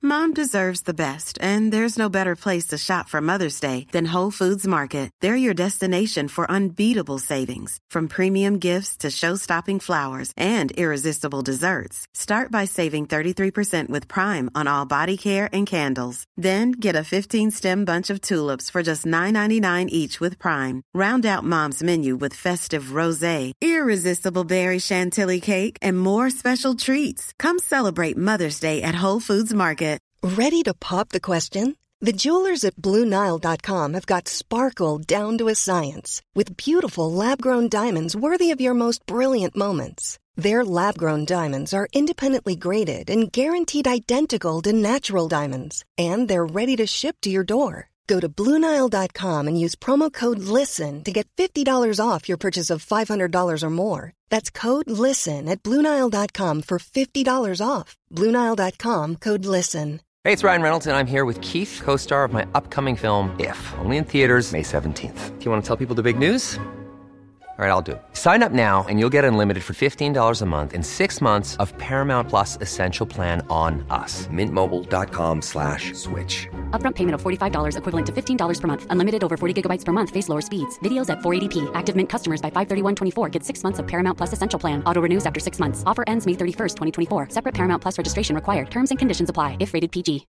Mom deserves the best, and there's no better place to shop for Mother's Day than Whole Foods Market. They're your destination for unbeatable savings, from premium gifts to show-stopping flowers and irresistible desserts. Start by saving 33% with Prime on all body care and candles. Then get a 15-stem bunch of tulips for just $9.99 each with Prime. Round out Mom's menu with festive rosé, irresistible berry chantilly cake, and more special treats. Come celebrate Mother's Day at Whole Foods Market. Ready to pop the question? The jewelers at BlueNile.com have got sparkle down to a science with beautiful lab-grown diamonds worthy of your most brilliant moments. Their lab-grown diamonds are independently graded and guaranteed identical to natural diamonds, and they're ready to ship to your door. Go to BlueNile.com and use promo code LISTEN to get $50 off your purchase of $500 or more. That's code LISTEN at BlueNile.com for $50 off. BlueNile.com, code LISTEN. Hey, it's Ryan Reynolds, and I'm here with Keith, co-star of my upcoming film, If, only in theaters May 17th. Do you want to tell people the big news? All right, I'll do it. Sign up now and you'll get unlimited for $15 a month and 6 months of Paramount Plus Essential Plan on us. MintMobile.com/switch. Upfront payment of $45 equivalent to $15 per month. Unlimited over 40 gigabytes per month. Face lower speeds. Videos at 480p. Active Mint customers by 531.24 get 6 months of Paramount Plus Essential Plan. Auto renews after 6 months. Offer ends May 31st, 2024. Separate Paramount Plus registration required. Terms and conditions apply if rated PG.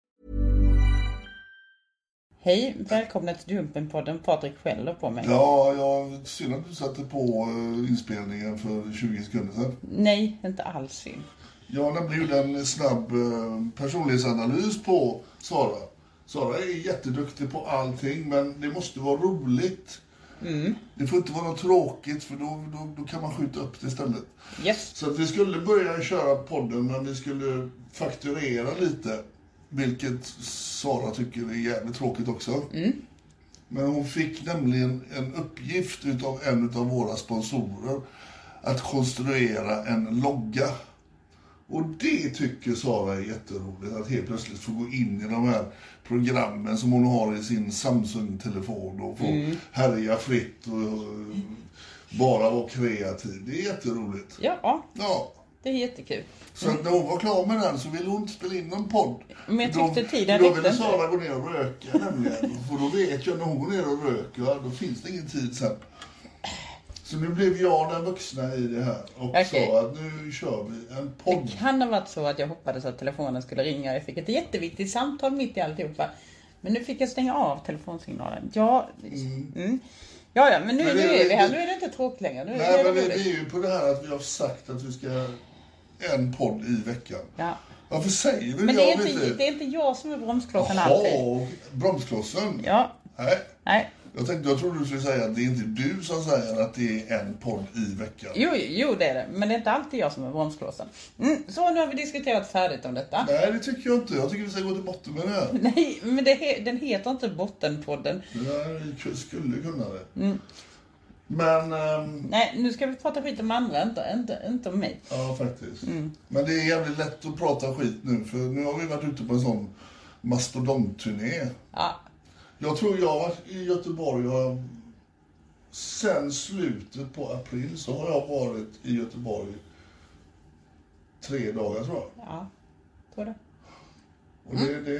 Hej, välkomna till Dumpen-podden. Patrik skäller på mig. Ja, jag synd att du satte på inspelningen för 20 sekunder sedan. Nej, inte alls synd. Jag nämligen gjorde en snabb personlighetsanalys på Sara. Sara är jätteduktig på allting, men det måste vara roligt. Det får inte vara något tråkigt, för då kan man skjuta upp det istället. Yes. Så att vi skulle börja köra podden, men vi skulle fakturera lite. Vilket Sara tycker är jävligt tråkigt också. Men hon fick nämligen en uppgift utav en av våra sponsorer att konstruera en logga. Och det tycker Sara är jätteroligt, att helt plötsligt få gå in i de här programmen som hon har i sin Samsung-telefon och få härja fritt och bara vara kreativ. Det är jätteroligt. Ja. Ja. Det är jättekul. Så när hon var klar med den så ville hon inte spela in någon podd. Men jag tyckte tiden då räckte ville inte. Sara gå ner och röka nämligen. För då vet jag, när hon går ner och röker, då finns det ingen tid sen. Så nu blev jag den vuxna i det här och sa att nu kör vi en podd. Det kan ha varit så att jag hoppades att telefonen skulle ringa. Jag fick ett jätteviktigt samtal mitt i alltihopa. Men nu fick jag stänga av telefonsignalen. Ja, ja, men nu är vi här. Nu är det inte tråkigt längre. Men det är ju på det här att vi har sagt att vi ska en podd i veckan. Ja. Varför säger vi men det? Det är inte jag som är bromsklossen alltid. Bromsklossen? Ja. Nej. Jag trodde du skulle säga att det är inte du som säger att det är en podd i veckan. Jo, det är det. Men det är inte alltid jag som är bromsklossen. Så nu har vi diskuterat färdigt om detta. Nej, det tycker jag inte. Jag tycker vi ska gå till botten med det här. Nej, men den heter inte Bottenpodden. Nej, vi skulle kunna det. Men... Nej, nu ska vi prata skit om andra, inte om mig. Ja, faktiskt. Men det är jävligt lätt att prata skit nu. För nu har vi varit ute på en sån mastodontturné. Ja. Jag tror jag har varit i Göteborg. Sen slutet på april så har jag varit i Göteborg 3 dagar, tror jag. Ja, tror det. Och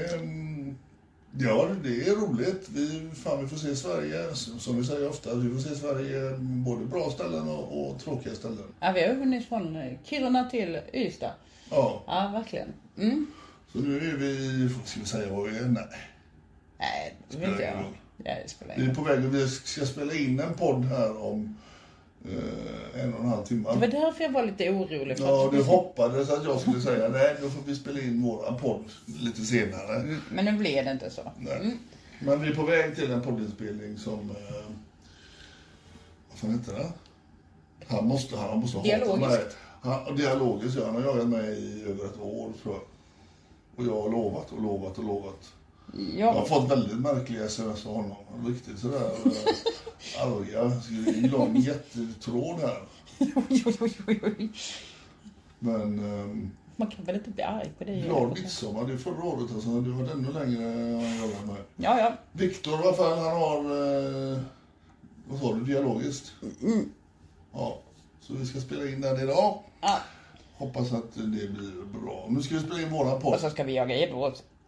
det är roligt. Vi får se Sverige, som vi säger ofta, vi får se Sverige både bra ställen och tråkiga ställen. Ja, vi har hunnit från Kiruna till Ystad. Ja. Ja, verkligen. Så nu är vi, ska vi säga vad vi är? Nej, det vill inte jag. Ja, det spelar vi är på väg och vi ska spela in en podd här om 1,5 timme. Det var därför jag var lite orolig. Ja, du hoppades att jag skulle säga nej, då får vi spela in våran podd lite senare. Men nu blev det inte så. Nej. Men vi är på väg till en poddinspelning som vad fan heter det? Han måste ha Dialogiskt. Dialogiskt, ja. Han har jagat mig i över ett år, tror jag. Och jag har lovat. Jag har fått väldigt märkliga sms av honom. Riktigt sådär arga. Det är lång jättetråd här. Oj. Men... man kan väl inte bli arg på det. Glad midsommar, det är förra året alltså. Det var ännu längre än jag jobbade med. Ja. Viktor i alla fall, han har... vad sa du? Dialogiskt? Ja, så vi ska spela in den idag. Ja. Hoppas att det blir bra. Nu ska vi spela in våra podd. Och så ska vi jaga Edvard.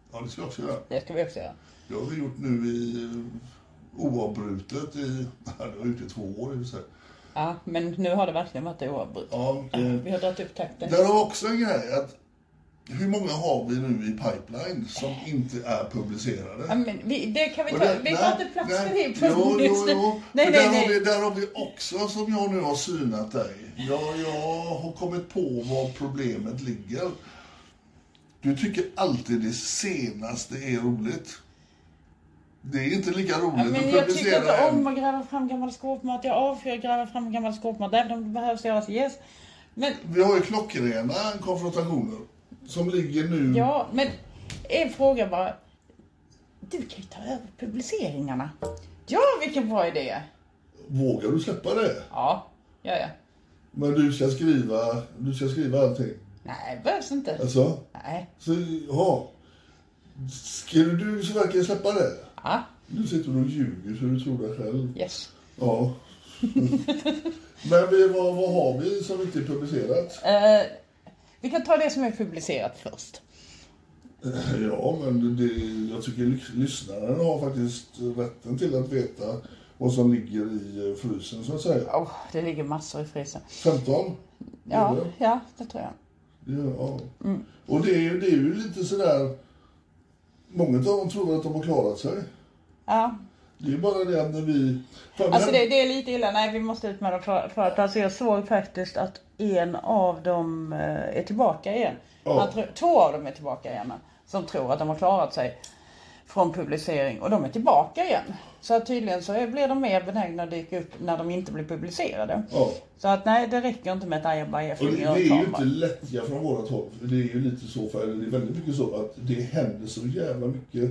Ja, det ska vi också göra. Det ska vi också göra. Det har vi gjort nu i oavbrutet det har gjort i 2 år i och för sig. Ja, men nu har det verkligen varit oavbrutet. Ja, vi har dragit upp takten. Där har också en grej att hur många har vi nu i pipeline som inte är publicerade? Ja, men det kan vi ta. Vi har inte plats för det. Jo. Nej. Där har vi också, som jag nu har synat dig. Jag har kommit på var problemet ligger. Du tycker alltid det senaste är roligt. Det är inte lika roligt att publicera. Jag tycker inte om att gräva fram gammal skåpmat. Jag avskyr att gräva fram gammal skåpmat. Även om det behövs göras. Yes. Men vi har ju klockrena konfrontationer som ligger nu. Ja, men en fråga bara. Du kan ju ta över publiceringarna. Ja, vilken bra idé. Vågar du släppa det? Ja, gör jag. Men du ska skriva allting? Nej, det behövs inte. Alltså? Nej. Så, ja. Skulle du så verkligen släppa det? Ja. Du sitter och ljuger så du tror det själv. Yes. Ja. Men vad har vi som inte är publicerat? Vi kan ta det som är publicerat först. Ja, men jag tycker lyssnaren har faktiskt rätten till att veta vad som ligger i frysen så att säga. Det ligger massor i frysen. 15? Ja, det tror jag. Ja. Mm. Och det är ju lite sådär. Många av dem tror att de har klarat sig. Ja. Det är bara det att när vi... Alltså det är lite illa. Nej, vi måste ut med dem för att alltså jag såg faktiskt att en av dem är tillbaka igen. Ja. 2 av dem är tillbaka igen. Som tror att de har klarat sig från publicering. Och de är tillbaka igen. Så att tydligen så blir de mer benägna att dyka upp när de inte blir publicerade. Ja. Så att nej, det räcker inte med ett ajabaja-finger. Och det är ju inte lättja från vårat håll. Det är ju lite så, för det är väldigt mycket så att det händer så jävla mycket.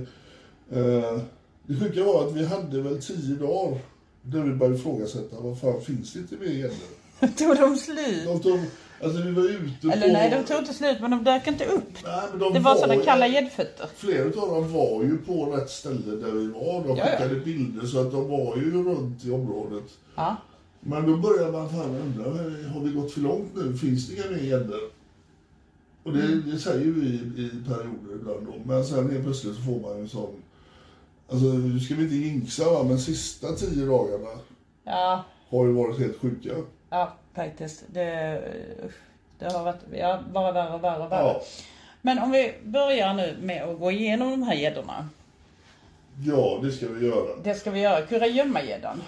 Det sjuka var att vi hade väl 10 dagar där vi började ifrågasätta vad fan finns det inte mer gäller. Tog de slut? Alltså vi var ute eller nej, de tog inte slut, men de dök inte upp. Nej, men det var sådana kalla gäddfötter. Flera av dem var ju på rätt ställe där vi var. De skickade bilder så att de var ju runt i området. Ja. Men då började man undra, har vi gått för långt nu? Finns det inga mer gäddor? Och det säger vi i perioder ibland då. Men sen helt plötsligt så får man ju sån... Alltså, nu ska vi inte jinxa va, men sista 10 dagarna har ju varit helt sjuka. Ja, faktiskt. Det har varit bara värre. Ja. Men om vi börjar nu med att gå igenom de här gäddorna. Ja, det ska vi göra. Det ska vi göra. Kurragömma-gäddan.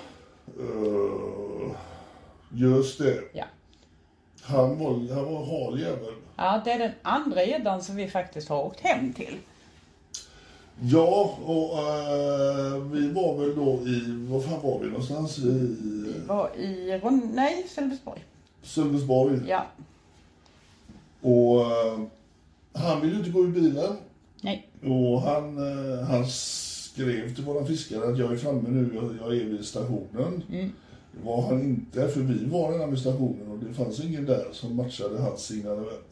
Just det. Ja. Han var hal jävel. Ja, det är den andra gäddan som vi faktiskt har åkt hem till. Ja, och vi var väl då vad fan var vi någonstans? Vi var i Sölvesborg. Sölvesborg? Ja. Och han ville inte gå i bilen. Nej. Och han skrev till våra fiskare att jag är framme nu, jag är vid stationen. Mm. Det var han inte, för vi var redan vid stationen och det fanns ingen där som matchade hans signalement.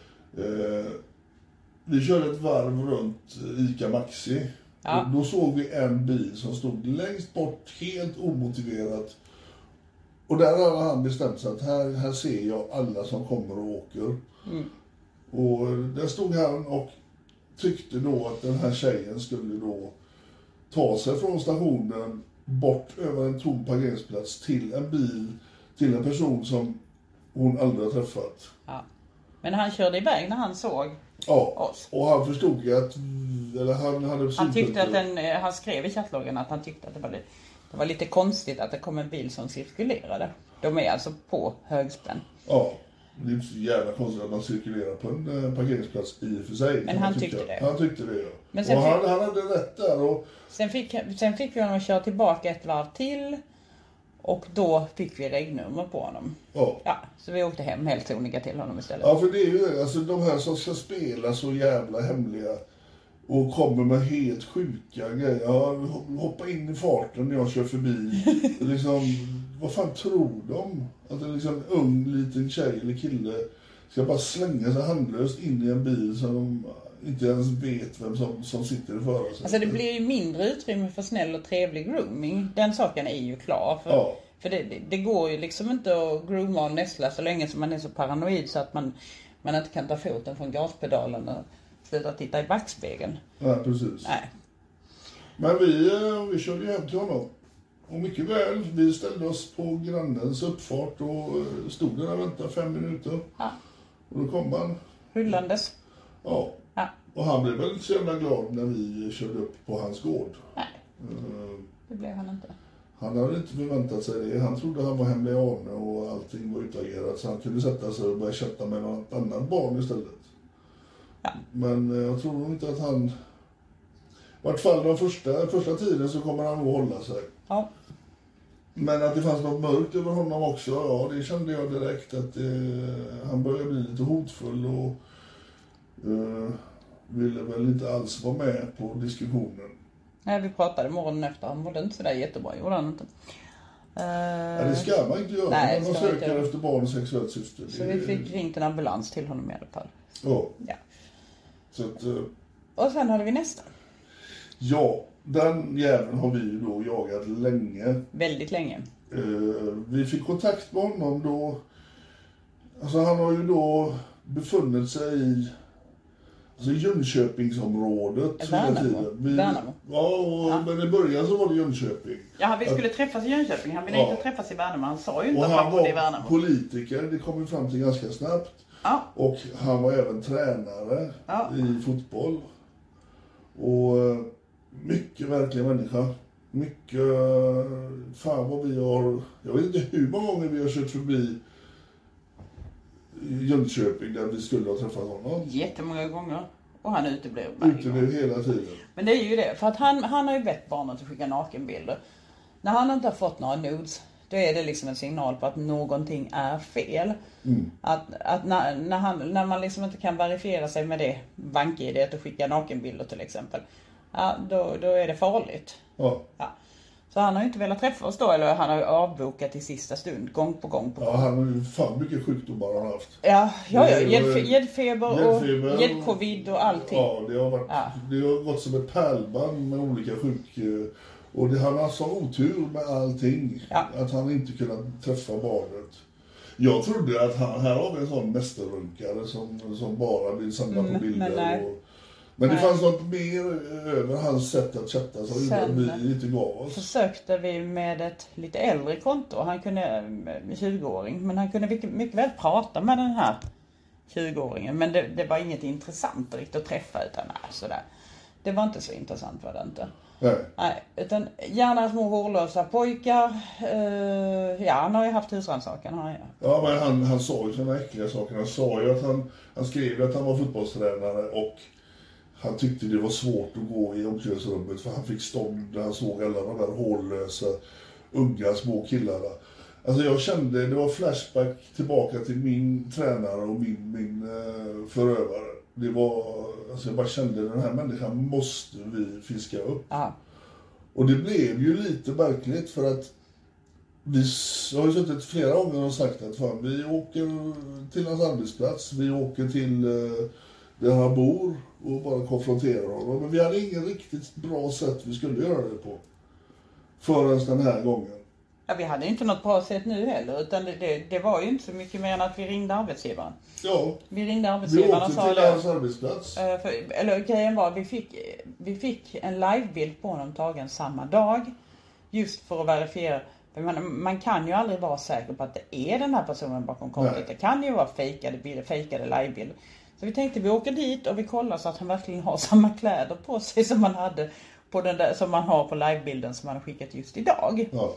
Vi körde ett varv runt Ica Maxi. Ja. Och då såg vi en bil som stod längst bort, helt omotiverat. Och där hade han bestämt sig att här ser jag alla som kommer och åker. Mm. Och där stod han och tyckte då att den här tjejen skulle då ta sig från stationen bort över en tom parkeringsplats till en bil, till en person som hon aldrig har träffat. Ja. Men han körde iväg när han såg oss. Och han förstod ju att, eller han hade han tyckte att han skrev i chattloggen att han tyckte att det var lite konstigt att det kom en bil som cirkulerade. De är alltså på högspänn. Ja, det är inte så jävla konstigt att man cirkulerar på en parkeringsplats i och för sig. Men han tyckte det. Han tyckte det, ja. Men och han hade rätt där. Och... Sen fick vi honom att köra tillbaka ett varv till. Och då fick vi regnummer på honom. Ja, så vi åkte hem helt sonika till honom istället. Ja, för det är ju det. Alltså de här som ska spela så jävla hemliga och kommer med helt sjuka grejer. Ja, hoppa in i farten när jag kör förbi. Liksom, vad fan tror de? Att en liksom ung liten tjej eller kille ska bara slänga sig handlöst in i en bil som de inte ens vet vem som sitter i förarsätet. Alltså det blir ju mindre utrymme för snäll och trevlig grooming. Den saken är ju klar. För det går ju liksom inte att grooma och näsla så länge som man är så paranoid så att man inte kan ta foten från gaspedalen och sluta titta i backspegeln. Ja, precis. Nej. Men vi körde ju hem till honom. Och mycket väl, vi ställde oss på grannens uppfart och stod där och väntade 5 minuter. Ja. Och då kom han. Rullandes. Ja. Ja. Och han blev väl så jävla glad när vi körde upp på hans gård. Nej, det blev han inte. Han hade inte förväntat sig det. Han trodde han var hemlig Arne och allting var utagerat. Så han kunde sätta sig och börja chatta med något annat barn istället. Ja. Men jag tror nog inte att han... I vart fall den första tiden så kommer han nog hålla sig. Ja. Men att det fanns något mörkt över honom också, ja det kände jag direkt att han började bli lite hotfull och ville väl inte alls vara med på diskussionen. Nej, vi pratade morgonen efter, han mådde inte sådär jättebra, gjorde han inte. Ja, det ska man inte göra när man söker efter barn och sexuellt syfte. Så vi fick ringt en ambulans till honom i alla fall. Ja. Så att, och sen hade vi nästa. Ja, den jäveln har vi ju då jagat länge. Väldigt länge. Vi fick kontakt med honom då. Alltså han har ju då befunnit sig i Jönköpingsområdet. Värnamo. Ja, men i början så var det Jönköping. Ja, vi skulle träffas i Jönköping. Han ville inte träffas i Värnamo. Han sa ju inte att han bodde i Värnamo. var politiker, det kom vi fram till ganska snabbt. Ja. Och han var även tränare i fotboll. Och mycket verklig människa. Mycket, fan vad vi har, jag vet inte hur många gånger vi har kört förbi Jönköping där vi skulle ha träffat honom. Jättemånga gånger. Och han uteblev hela tiden. Men det är ju det, för att han har ju bett barnen att skicka nakenbilder. När han inte har fått några nudes, då är det liksom en signal på att någonting är fel. Att när man liksom inte kan verifiera sig med det bank-ID och skicka nakenbilder till exempel, ja, då är det farligt. Ja. Så han har ju inte velat träffa oss då, eller han har ju avbokat i sista stund, gång på gång. Ja, han har ju fan mycket sjukdomar han har haft. Ja, gäddfeber och gäddcovid och allting. Ja, det har gått som ett pärlband med olika och han har så otur med allting. Att han inte kunnat träffa barnet. Jag trodde att här har vi en sån mästerrunkare som bara vill samla på bilder. Men det fanns något mer över hans sätt att chatta som vi inte gav oss. Försökte vi med ett lite äldre konto. Han kunde, 20-åring, men han kunde mycket väl prata med den här 20-åringen. Men det var inget intressant riktigt att träffa utan sådär. Det var inte så intressant, var det inte. Nej, utan gärna små hårlösa pojkar. Han har ju haft husrannsakan. Ja, men han sa ju sådana äckliga saker. Han sa ju att han skrev att han var fotbollstränare och han tyckte det var svårt att gå i omklädningsrummet för han fick stånd när han såg alla de där hårlösa, unga, små killarna. Alltså jag kände, det var flashback tillbaka till min tränare och min förövare. Det var, alltså jag bara kände, den här människan måste vi fiska upp. Och det blev ju lite verkligt för att vi har ju suttit flera gånger och sagt att fan, vi åker till hans arbetsplats, vi åker till där han bor och bara konfronterar honom. Men vi hade ingen riktigt bra sätt vi skulle göra det på. Förrän den här gången. Ja, vi hade inte något bra sätt nu heller. Utan det var ju inte så mycket mer än att vi ringde arbetsgivaren. Ja. Vi ringde arbetsgivaren och sa vi åkte till hans arbetsplats. Eller grejen var, vi fick en livebild på honom tagen samma dag. Just för att verifiera. Man kan ju aldrig vara säker på att det är den här personen bakom kontot. Det kan ju vara fejkade livebilder. Så vi tänkte vi åker dit och vi kollar så att han verkligen har samma kläder på sig som man hade på den där, som man har på livebilden som man har skickat just idag. Ja.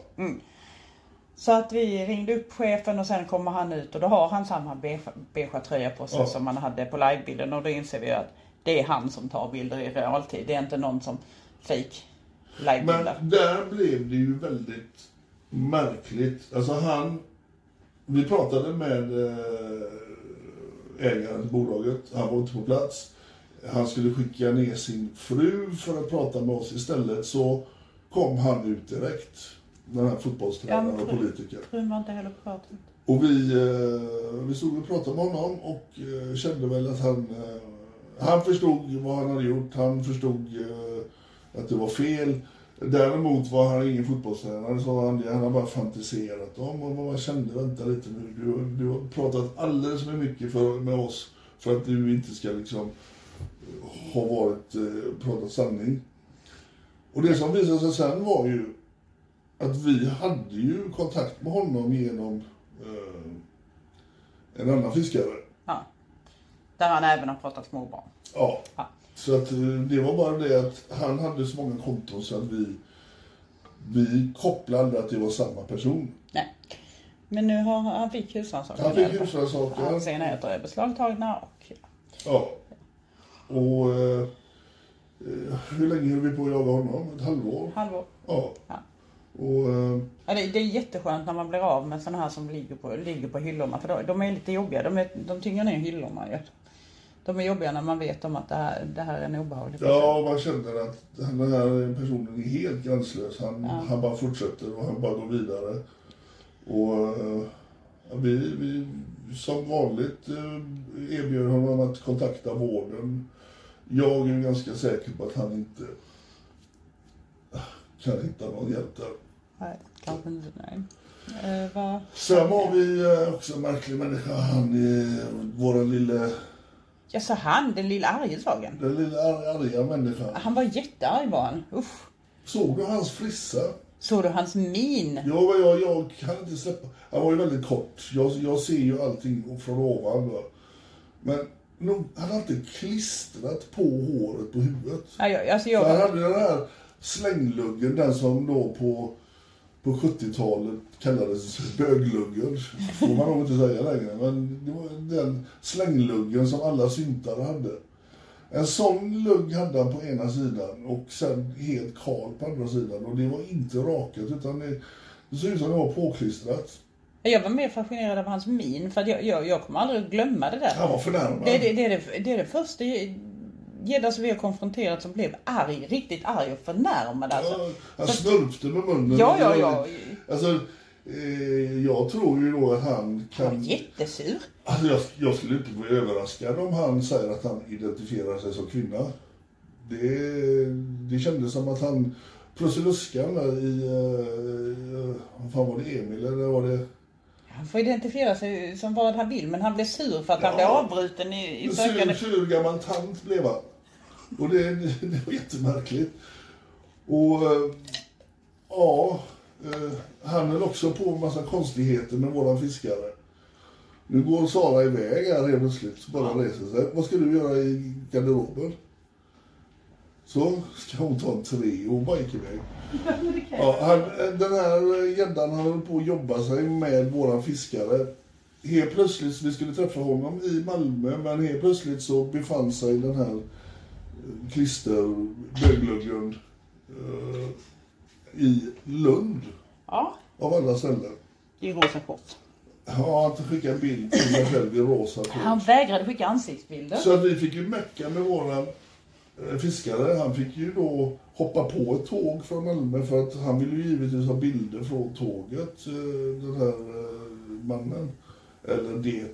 Så att vi ringde upp chefen och sen kommer han ut och då har han samma beige tröja på sig som man hade på livebilden och då inser vi att det är han som tar bilder i realtid. Det är inte någon som fake livebilder. Men där blev det ju väldigt märkligt. Alltså vi pratade med ägaren till bolaget. Han var inte på plats. Han skulle skicka ner sin fru för att prata med oss. Istället så kom han ut direkt. Den här fotbollstränaren och politiker. Frun var inte heller pratat. Och vi stod och pratade med honom och kände väl att han förstod vad han hade gjort. Han förstod att det var fel. Däremot var han ingen fotbollstränare, så han har bara fantiserat om och man kände, vänta lite nu, du har pratat alldeles för mycket med oss för att du inte ska liksom har varit pratat sanning. Och det som visade sig sen var ju att vi hade ju kontakt med honom genom en annan fiskare. Ja. Där han även har pratat småbarn. Ja. Så att det var bara det att han hade så många konton så att vi kopplade aldrig att det var samma person. Nej. Men nu har han fick husrannsakan. Han fick husrannsakan. Hans enheter är beslagtagna och... Ja. Och hur länge höll vi på att jaga honom? Ett halvår? Halvår. Ja. Och, ja, det är jätteskönt när man blir av med sådana här som ligger på hyllorna. För de är lite jobbiga. De tynger ner hyllorna. De är jobbiga när man vet om att det här är en obehaglig person. Ja, man känner att den här personen är helt gränslös. Han bara fortsätter och han bara går vidare. Och vi som vanligt erbjöd honom att kontakta vården. Jag är ganska säker på att han inte kan hitta någon hjälp där. Nej, kanske inte. Nej. Sen var vi också en märklig människa. Han är våran lille... Ja, så den lilla argesvagen. Den lilla arga människan. Han var jättearg var han. Uff. Såg du hans frissa? Såg du hans min? Ja, jag kan inte släppa. Han var ju väldigt kort. Jag ser ju allting från ovan. Va? Men han hade inte klistrat på håret på huvudet. Ja, han hade den här slängluggen, den som då på 70-talet kallades bögluggen. Får man nog inte säga längre. Men det var den slängluggen som alla syntare hade. En sån lugg hade han på ena sidan och sen helt kal på andra sidan. Och det var inte rakat utan det såg ut som det var påklistrat. Jag var mer fascinerad av hans min för att jag kommer aldrig att glömma det där. Han var förnärmad. Det är det första gädda som vi har konfronterat som blev riktigt arg och förnärmad. Alltså. Ja, han snurpte med munnen. Ja. Alltså, jag tror ju då att han kan... Han var jättesur. Alltså, jag skulle inte bli överraskad om han säger att han identifierar sig som kvinna. Det kändes som att han... Prussiluskan i... vad fan var det, Emil eller var det... Han får identifiera sig som vad han vill, men han blev sur för att han blev avbruten i sökande... Sur gammal tant blev han. Och det var jättemärkligt. Och han höll också på en massa konstigheter med våran fiskare. Nu går Sara iväg här helt plötsligt, bara reser sig. Vad ska du göra i garderoben? Så ska hon ta en tre och bara gick iväg. Den här gäddan höll på att jobba sig med våran fiskare. Helt plötsligt, vi skulle träffa honom i Malmö, men helt plötsligt så befann sig den här bögluggen i Lund. Ja. Av alla ställen. I rosa kort. Ja, han skickade en bild till sig själv i rosa kort. Han vägrade skicka ansiktsbilder. Så att vi fick ju mecka med våran fiskare. Han fick ju då hoppa på ett tåg från Malmö för att han ville ju givetvis ha bilder från tåget, den här mannen. Eller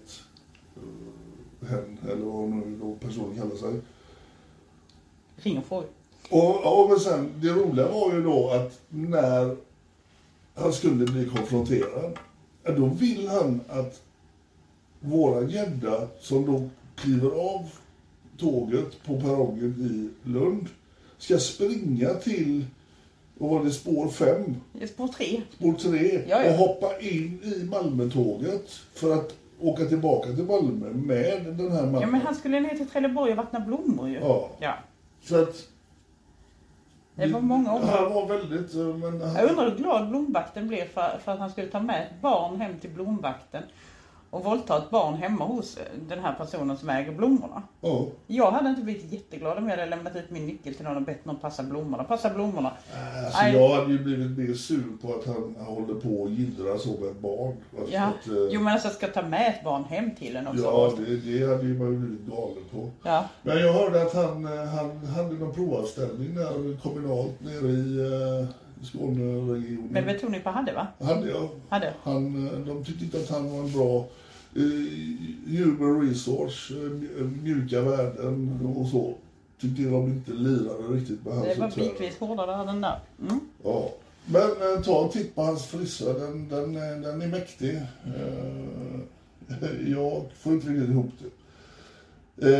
hen, eller vad nu då personen kallar sig. Ring och fråga. Men sen, det roliga var ju då att när han skulle bli konfronterad, då vill han att våra gädda som då kliver av tåget på perrongen i Lund ska springa till, vad var det, spår 5? Spår 3. Spår 3 Ja. Och hoppa in i Malmötåget för att åka tillbaka till Malmö med den här mannen. Ja, men han skulle ner till Trelleborg och vattna blommor ju. Ja. Så att det var många år. Han var väldigt... Jag undrar hur glad blomvakten blev för att han skulle ta med ett barn hem till blomvakten och våldta ett barn hemma hos den här personen som äger blommorna. Ja. Jag hade inte blivit jätteglad om jag hade lämnat ut min nyckel till någon och bett någon passa blommorna. Alltså, jag hade ju blivit mer sur på att han håller på och gillra så med ett barn. Alltså ja. att, Jo, men alltså ska ta med ett barn hem till en också. Ja, det hade ju man ju blivit galen på. Ja. Men jag hörde att han hade någon provanställning där kommunalt nere i Skåneregionen. Men betoning på hade, va? Hade. De tyckte inte att han var en bra human resource, mjuka värden och så. Tyckte de inte lirade riktigt med hans. Det var bitvis hårdare den där. Mm. Ja. Men ta en titt på hans frissa, den är mäktig. Jag får inte riktigt ihop det.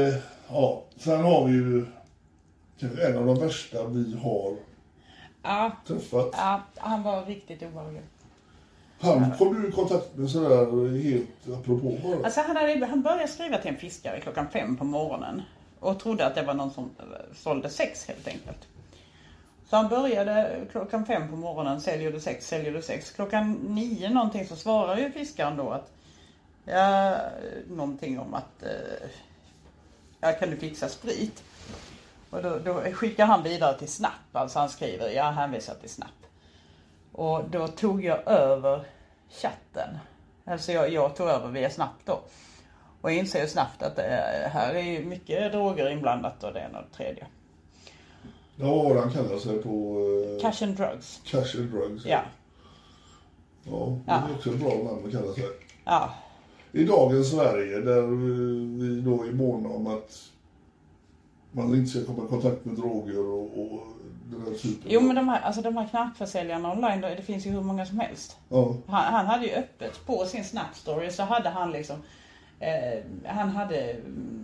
Ja, sen har vi ju kanske en av de värsta vi har träffat. Ja, han var riktigt obehaglig. Han kom du i kontakt med sådär helt apropå bara? Alltså han började skriva till en fiskare 5:00 på morgonen. Och trodde att det var någon som sålde sex helt enkelt. Så han började 5:00 på morgonen, säljer du sex. 9:00 någonting så svarar ju fiskaren då att någonting om att kan du fixa sprit? Och då skickar han vidare till Snap. Alltså han skriver, hänvisar till Snap. Och då tog jag över chatten. Alltså jag tog över via Snap då. Och jag inser ju snabbt att här är ju mycket droger inblandat och det är något tredje. Ja, vad han kallar sig på... Cash and drugs. Cash and drugs. Ja. Ja, det är också ett bra namn att kalla sig. Ja. I dagens Sverige där vi då är måna om att man inte ska komma i kontakt med droger och den här typen. Jo, men de här knarkförsäljarna online, det finns ju hur många som helst. Ja. Han hade ju öppet på sin Snap-story så hade han liksom... han hade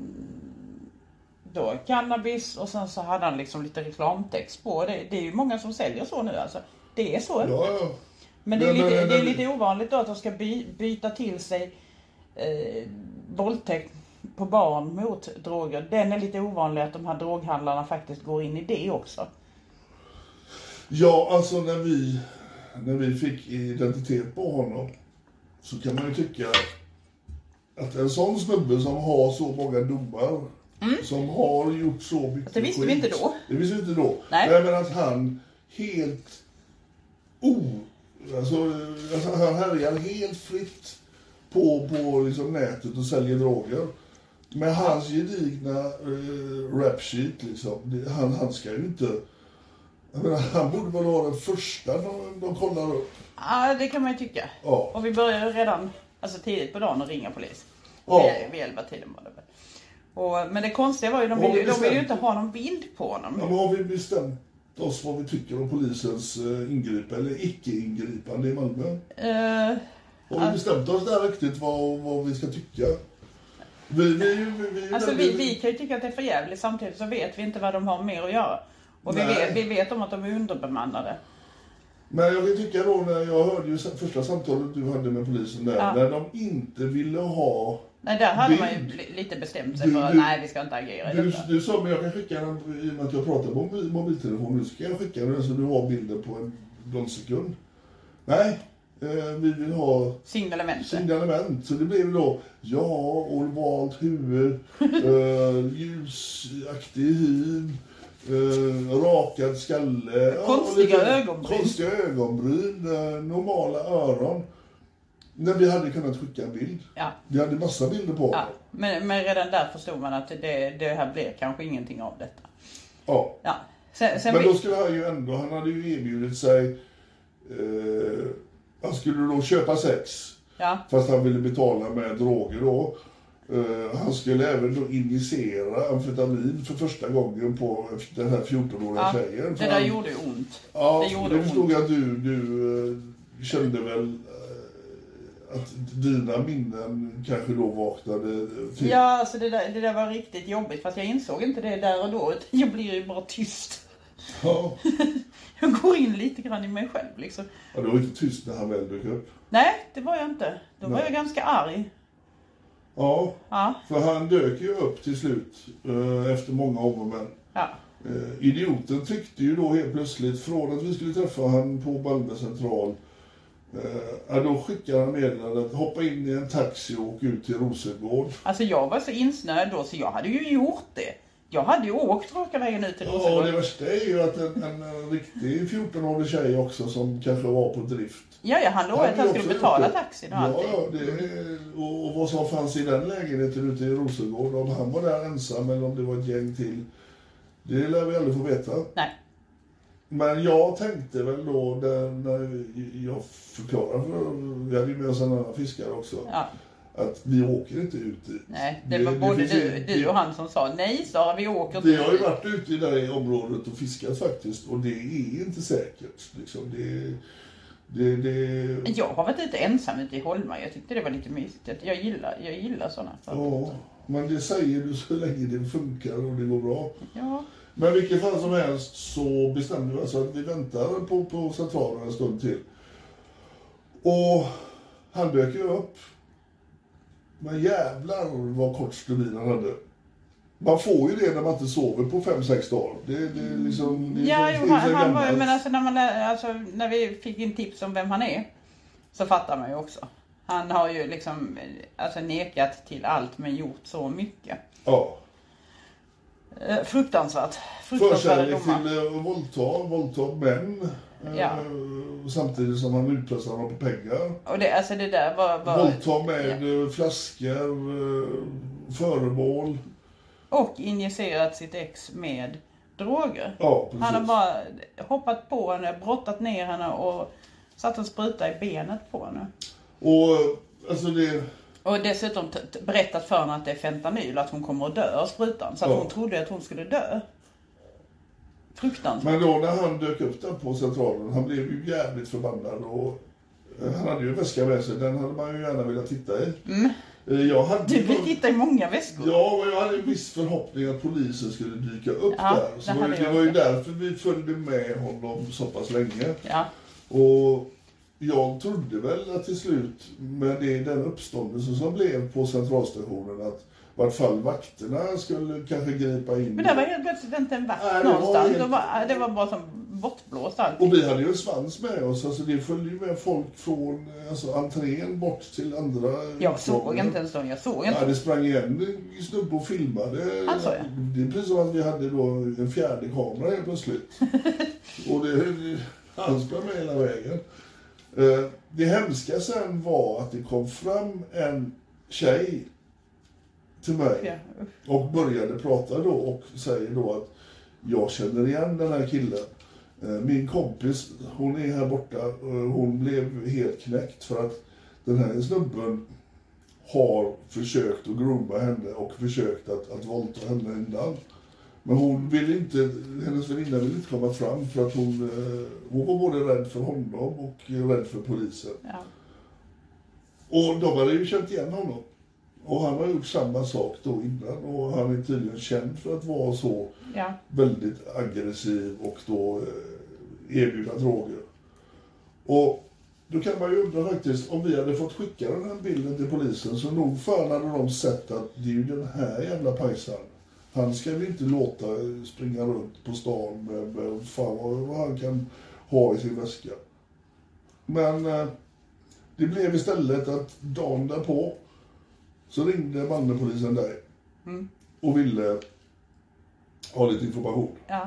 då cannabis och sen så hade han liksom lite reklamtext på. Det är ju många som säljer så nu alltså. Det är så. Ja. Men det är lite ovanligt då att de ska byta till sig våldtäkt på barn mot droger. Den är lite ovanlig att de här droghandlarna faktiskt går in i det också. Ja, alltså när vi fick identitet på honom så kan man ju tycka att en sån snubbe som har så många domar, som har gjort så mycket det visste vi inte då. Det visste vi inte då. Nej. Men att han helt alltså han härjar helt fritt på liksom nätet och säljer droger. Med hans gedigna rap sheet liksom. Han ska ju inte... Jag menar, han borde väl vara den första de kollar upp. Ja, det kan man ju tycka. Ja. Och vi började redan tidigt på dagen att ringa polis. Ja. Vid 11-tiden var det väl. Men det konstiga var ju, de vill ju inte ha någon bild på honom. Ja, men har vi bestämt oss vad vi tycker om polisens ingripande eller icke-ingripande i Malmö? Har vi bestämt oss där riktigt vad vi ska tycka? Vi kan ju tycka att det är för jävligt, samtidigt så vet vi inte vad de har mer att göra. Och vi vet om att de är underbemannade. Men jag vill tycka då, när jag hörde ju första samtalet du hade med polisen där, när de inte ville ha... Nej, där hade man ju lite bestämt sig för att nej, vi ska inte agera i detta. Du sa, men jag kan skicka den, i och med att jag pratar på mobiltelefon, nu ska jag skicka den så du har bilden på någon sekund. Nej, vi vill ha signalement. Så det blev då, ovalt huvud, ljusaktig hy, rakad skalle, konstiga ögonbryn, normala öron. När vi hade kunnat skicka en bild. Ja. Vi hade massa bilder på. Ja. Men redan där förstod man att det här blev kanske ingenting av detta. Ja. Sen men då skulle han hade ju erbjudit sig han skulle då köpa sex. Ja. Fast han ville betala med droger då. Han skulle även då injicera amfetamin för första gången på den här 14-åriga tjejen. Det där gjorde ju ont. Ja, det förstod jag att du kände väl att dina minnen kanske då vaknade till. Ja, alltså det där var riktigt jobbigt. Fast jag insåg inte det där och då. Jag blir ju bara tyst. Ja. Jag går in lite grann i mig själv liksom. Ja, du var inte tyst när han väl dök upp. Nej, det var jag inte. Då var jag ganska arg. Ja, för han dök ju upp till slut efter många om och men. Ja. Idioten tyckte ju då helt plötsligt från att vi skulle träffa han på Malmö central. Då skickade han meddelande att hoppa in i en taxi och åka ut till Rosengård. Alltså jag var så insnöd då så jag hade ju gjort det. Jag hade ju åkt raka vägen ut till Rosengård. Ja, det värsta är ju att en riktig 14-årig tjej också som kanske var på drift. Ja, han lovade att han skulle betala taxin och allting. Ja, och vad som fanns i den lägenheten ute i Rosengård, om han var där ensam eller om det var ett gäng till, det lär vi aldrig få veta. Nej. Men jag tänkte väl då, när jag förklarade för vi hade ju med oss en annan fiskare också, att vi åker inte ut dit. Nej, det var både du och han som sa, nej Sara, vi åker inte. Vi har ju varit ute i det här området och fiskat faktiskt, och det är inte säkert. Liksom. Jag har varit ute ensam ute i Holma. Jag tyckte det var lite mysigt. Jag gillar sådana. Men det säger du så länge det funkar och det går bra. Ja. Men vilket fall som helst så bestämde vi alltså att vi väntar på centralen en stund till. Och han dök ju upp. Men jävlar vad kort stubin han hade. Man får ju det när man inte sover på 5-6 dagar. Det är liksom... Han var ju, men alltså när vi fick in tips om vem han är, så fattar man ju också. Han har ju liksom nekat till allt men gjort så mycket. Ja. Fruktansvärt. Förkärlek till våldta män. Ja. Samtidigt som han utpressar dem på pengar. Och det där var våldta med flaskor, föremål. Och injicerat sitt ex med droger. Ja, precis. Han har bara hoppat på henne, brottat ner henne och satt en spruta i benet på henne. Och dessutom berättat för henne att det är fentanyl, att hon kommer att dö av sprutan. Så att hon trodde att hon skulle dö. Fruktansvärt. Men då när han dök upp där på centralen, han blev ju jävligt förbannad. Och han hade ju en väska med sig, den hade man ju gärna velat titta i. Du vill titta i många väskor. Ja, och jag hade en viss förhoppning att polisen skulle dyka upp där. Så det var ju därför vi följde med honom så pass länge. Ja. Och jag trodde väl att till slut, med den uppståndelse som blev på centralstationen, att i vart fall vakterna skulle kanske gripa in. Men det var helt plötsligt inte en vakt någonstans. Det var bara som bortblåst allt. Och vi hade ju en svans med oss. Alltså det följde ju med folk från entrén bort till andra. Jag såg inte ens dem. Det sprang igen i snubbe och filmade. Alltså, ja. Det är precis som att vi hade då en fjärde kamera helt plötsligt. Och han sprang med hela vägen. Det hemska sen var att det kom fram en tjej till mig och började prata då och säger då att jag känner igen den här killen. Min kompis, hon är här borta, hon blev helt knäckt för att den här snubben har försökt att grooma henne och försökt att våldta henne innan. Men hennes väninna ville inte komma fram för att hon var både rädd för honom och rädd för polisen. Ja. Och de hade ju känt igen honom. Och han har gjort samma sak då innan. Och han är tydligen känd för att vara så väldigt aggressiv och då erbjuda droger. Och då kan man ju undra faktiskt, om vi hade fått skicka den här bilden till polisen, så nog fan hade de sett att det är ju den här jävla pajsan. Han ska vi inte låta springa runt på stan med fan vad han kan ha i sin väska. Men det blev istället att dagen därpå så ringde Malmöpolisen dig och ville ha lite information. Ja.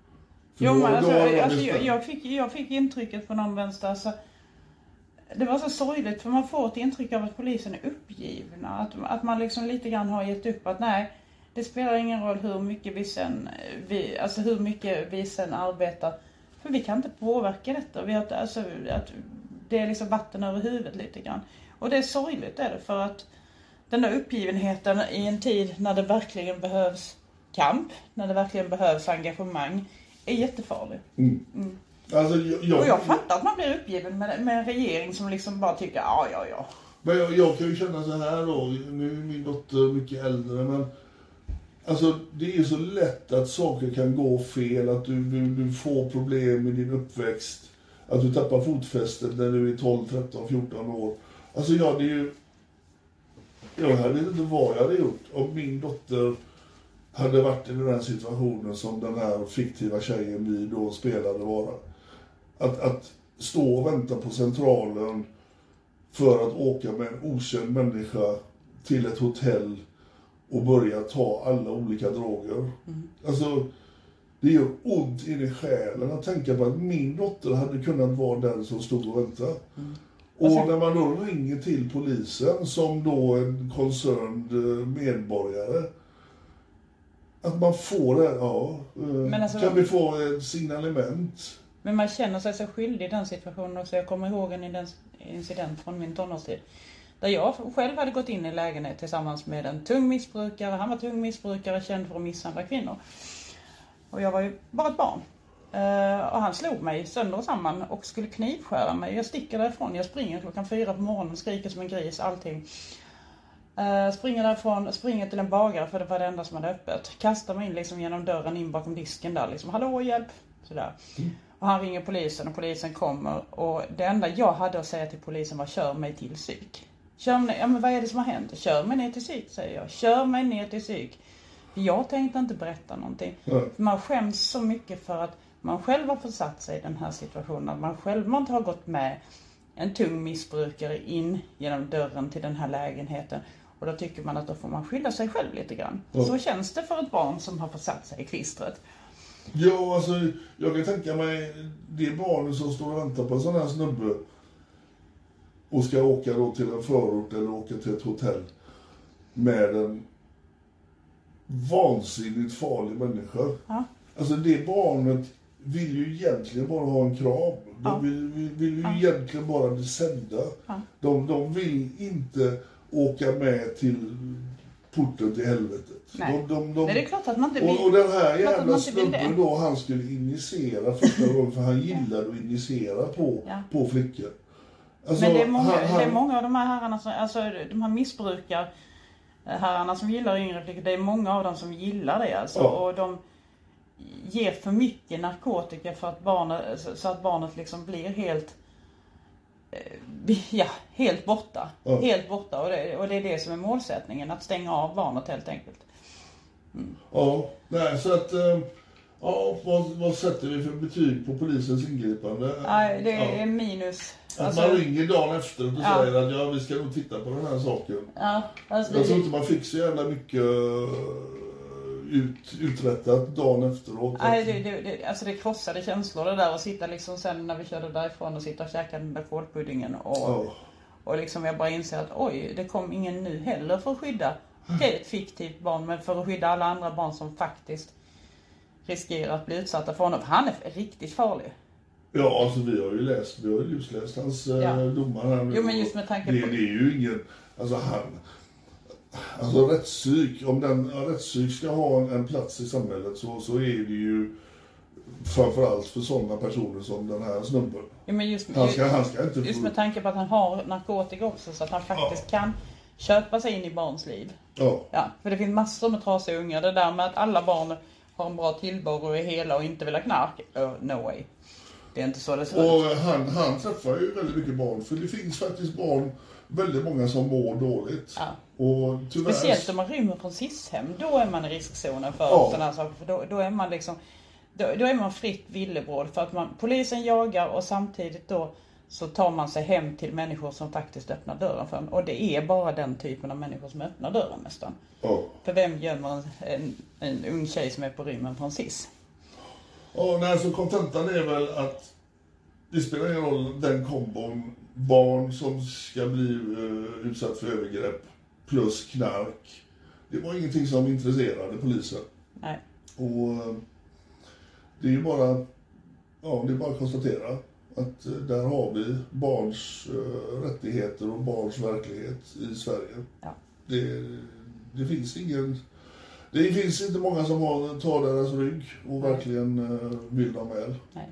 Jag fick intrycket på någon vänster. Alltså, det var så sorgligt, för man får ett intryck av att polisen är uppgivna. Att man liksom lite grann har gett upp att nej, det spelar ingen roll hur mycket vi sen arbetar. För vi kan inte påverka detta. Det är liksom vatten över huvudet lite grann. Och det är sorgligt är det, för att den där uppgivenheten i en tid när det verkligen behövs kamp, när det verkligen behövs engagemang, är jättefarlig. Alltså, och jag fattar att man blir uppgiven med en regering som liksom bara tycker ja. Men jag kan ju känna så här då, nu är min dotter mycket äldre, men alltså det är så lätt att saker kan gå fel, att du får problem med din uppväxt, att du tappar fotfästet när du är 12, 13, 14 år. Alltså det är ju, jag vet inte vad jag hade gjort om min dotter hade varit i den här situationen som den här fiktiva tjejen vi då spelade vara. Att stå och vänta på centralen för att åka med en okänd människa till ett hotell och börja ta alla olika droger. Alltså, det gör ont i själen att tänka på att min dotter hade kunnat vara den som stod och väntade. Och när man då ringer till polisen som då en concerned medborgare, att man får det, kan vi få ett signalement? Men man känner sig så skyldig i den situationen också. Jag kommer ihåg en incident från min tonårstid. Där jag själv hade gått in i lägenhet tillsammans med en tung missbrukare. Han var tung missbrukare, känd för att misshandla kvinnor. Och jag var ju bara ett barn. Och han slog mig sönder och samman och skulle knivskära mig. Jag sticker därifrån, jag springer 4:00 på morgonen och skriker som en gris, allting. Springer därifrån, springer till en bagare för det var det enda som hade öppet. Kastar mig in liksom genom dörren in bakom disken där liksom. Hallå, hjälp! Sådär. Och han ringer polisen och polisen kommer. Och det enda jag hade att säga till polisen var kör mig till psyk. Men vad är det som har hänt? Kör mig ner till psyk, säger jag. Kör mig ner till psyk. Jag tänkte inte berätta någonting. Man skäms så mycket för att man själv har försatt sig i den här situationen. Att man själv inte har gått med en tung missbrukare in genom dörren till den här lägenheten. Och då tycker man att då får man skydda sig själv lite grann. Så känns det för ett barn som har försatt sig i klistret. Ja, alltså jag kan tänka mig det barnet som står och väntar på en sån här snubbe och ska åka då till en förort eller åka till ett hotell med en vansinnigt farlig människa. Ja. Alltså det barnet vill ju egentligen bara ha en kram. De vill ju egentligen bara bli sedda. Ja. De vill inte åka med till porten till helvetet. Nej, det är klart att man inte vill. Och den här jävla snubben då, han skulle injicera första gången för han gillade att injicera på flickor. Alltså, men det är många av de här herrarna som, alltså de här missbrukarherrarna som gillar yngre flickor, det är många av dem som gillar det alltså. Och de ger för mycket narkotika för att så att barnet liksom blir helt borta. Helt borta. Och det är det som är målsättningen, att stänga av barnet helt enkelt. Ja, nej, så att vad sätter vi för betyg på polisens ingripande? Nej, det är minus. Att man ringer dagen efter och säger att vi ska nog titta på den här saken. Ja, alltså jag tror inte man fick så jävla mycket uträttat dagen efteråt. Nej, alltså det krossade känslor det där, och sitta liksom sen när vi körde därifrån och sitta och käka den där kålpuddingen och liksom jag bara inser att oj, det kom ingen nu heller för att skydda ett fiktivt barn, men för att skydda alla andra barn som faktiskt riskerar att bli utsatta för honom. Han är riktigt farlig. Ja, alltså vi har ju just läst hans domar här. Jo, men just med tanke på... Det är ju ingen... Alltså rättspsyk, om rättspsyk ska ha en plats i samhället så är det ju framförallt för sådana personer som den här snubben. Ja, men just med tanke på att han har narkotika också, så att han faktiskt kan köpa sig in i barns liv. Ja, för det finns massor med trasiga unga. Det där med att alla barn har en bra tillvaro och är hela och inte vill ha knark. No way. Det är inte så det ser ut. Och han träffar ju väldigt mycket barn. För det finns faktiskt väldigt många som mår dåligt. Ja. Och tyvärr... Speciellt om man rymmer från SIS-hem. Då är man i riskzonen för sådana här saker. För då är man liksom... Då är man fritt villebråd. För att polisen jagar och samtidigt då så tar man sig hem till människor som faktiskt öppnar dörren för en. Och det är bara den typen av människor som öppnar dörren nästan. För vem gömmer en ung tjej som är på rymmen från SIS? Så kontentan är väl att det spelar ingen roll den kombon barn som ska bli utsatt för övergrepp plus knark. Det var ingenting som intresserade polisen. Nej. Och det är ju bara att konstatera att där har vi barns rättigheter och barns verklighet i Sverige. Ja. Det finns inte många som tar deras rygg och verkligen vill dem väl. Nej.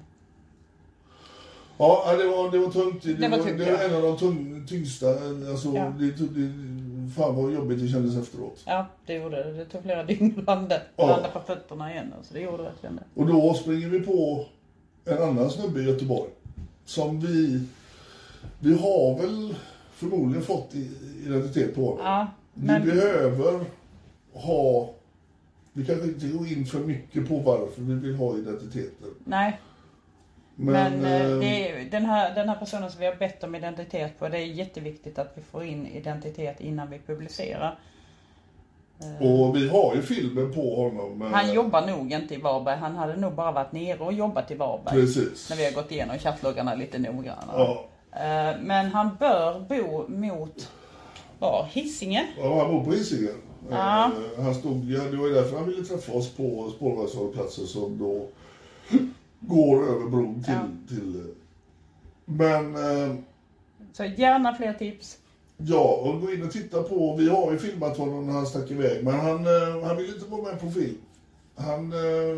Ja, det var tungt. Det var en av de tyngsta. Alltså, fan vad jobbigt det kändes efteråt. Ja, det gjorde det. Det tog flera dygn att landa på fötterna igen. Så det gjorde verkligen det. Och då springer vi på en annan snubbe i Göteborg. Som vi har väl förmodligen fått identitet på honom. Ja, men... Vi behöver ha... Vi kan inte gå in för mycket på varför vi vill ha identiteter. Nej. Men det är, den här personen som vi har bett om identitet på, det är jätteviktigt att vi får in identitet innan vi publicerar. Och vi har ju filmen på honom. Han jobbar nog inte i Varberg. Han hade nog bara varit nere och jobbat i Varberg. Precis. När vi har gått igenom chattloggarna lite noggrannare. Ja. Men han bör bo mot Hisingen. Ja, han bor på Hisingen. Ja. Han det var därför han ville träffa oss på spårvagnshållplatser som då går över bron till men så gärna fler tips. Ja, och gå in och titta på, vi har ju filmat honom när han stack iväg, men han vill inte vara med på film. Han